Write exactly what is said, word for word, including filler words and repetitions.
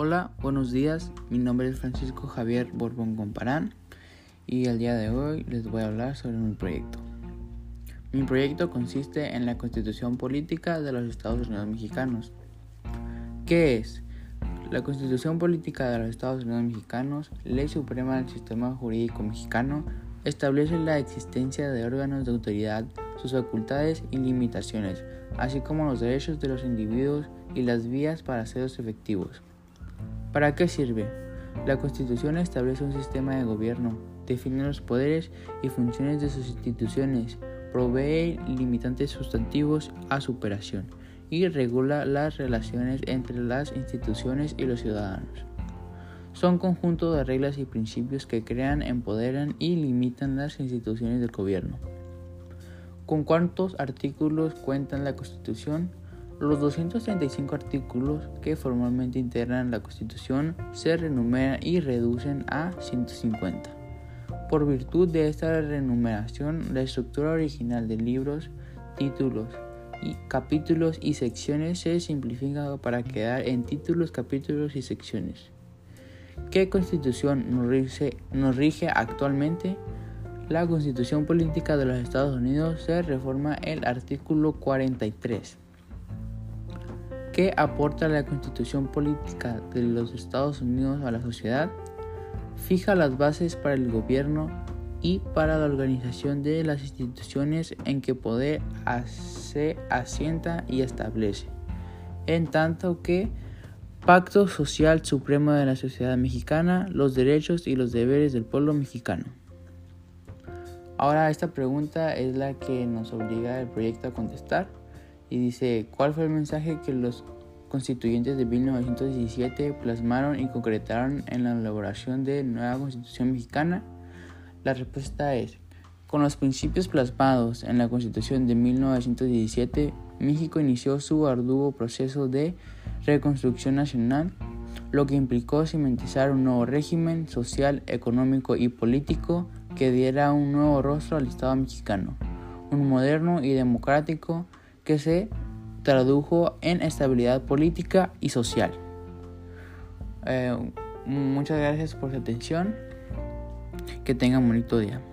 Hola, buenos días. Mi nombre es Francisco Javier Borbón Comparán y el día de hoy les voy a hablar sobre mi proyecto. Mi proyecto consiste en la Constitución Política de los Estados Unidos Mexicanos. ¿Qué es? La Constitución Política de los Estados Unidos Mexicanos, ley suprema del sistema jurídico mexicano, establece la existencia de órganos de autoridad, sus facultades y limitaciones, así como los derechos de los individuos y las vías para hacerlos efectivos. ¿Para qué sirve? La Constitución establece un sistema de gobierno, define los poderes y funciones de sus instituciones, provee limitantes sustantivos a su operación y regula las relaciones entre las instituciones y los ciudadanos. Son conjunto de reglas y principios que crean, empoderan y limitan las instituciones del gobierno. ¿Con cuántos artículos cuenta la Constitución? Los doscientos treinta y cinco artículos que formalmente integran la Constitución se renumeran y reducen a ciento cincuenta. Por virtud de esta renumeración, la estructura original de libros, títulos, y capítulos y secciones se simplifica para quedar en títulos, capítulos y secciones. ¿Qué Constitución nos rige, nos rige actualmente? La Constitución Política de los Estados Unidos se reforma el artículo cuarenta y tres. ¿Qué aporta la Constitución Política de los Estados Unidos a la sociedad? Fija las bases para el gobierno y para la organización de las instituciones en que poder se asienta y establece, en tanto que Pacto Social Supremo de la sociedad mexicana, los derechos y los deberes del pueblo mexicano. Ahora esta pregunta es la que nos obliga el proyecto a contestar. Y dice, ¿cuál fue el mensaje que los constituyentes de mil novecientos diecisiete plasmaron y concretaron en la elaboración de la nueva Constitución mexicana? La respuesta es, con los principios plasmados en la Constitución de mil novecientos diecisiete, México inició su arduo proceso de reconstrucción nacional, lo que implicó cimentizar un nuevo régimen social, económico y político que diera un nuevo rostro al Estado mexicano, un moderno y democrático que se tradujo en estabilidad política y social. Eh, muchas gracias por su atención. Que tengan un bonito día.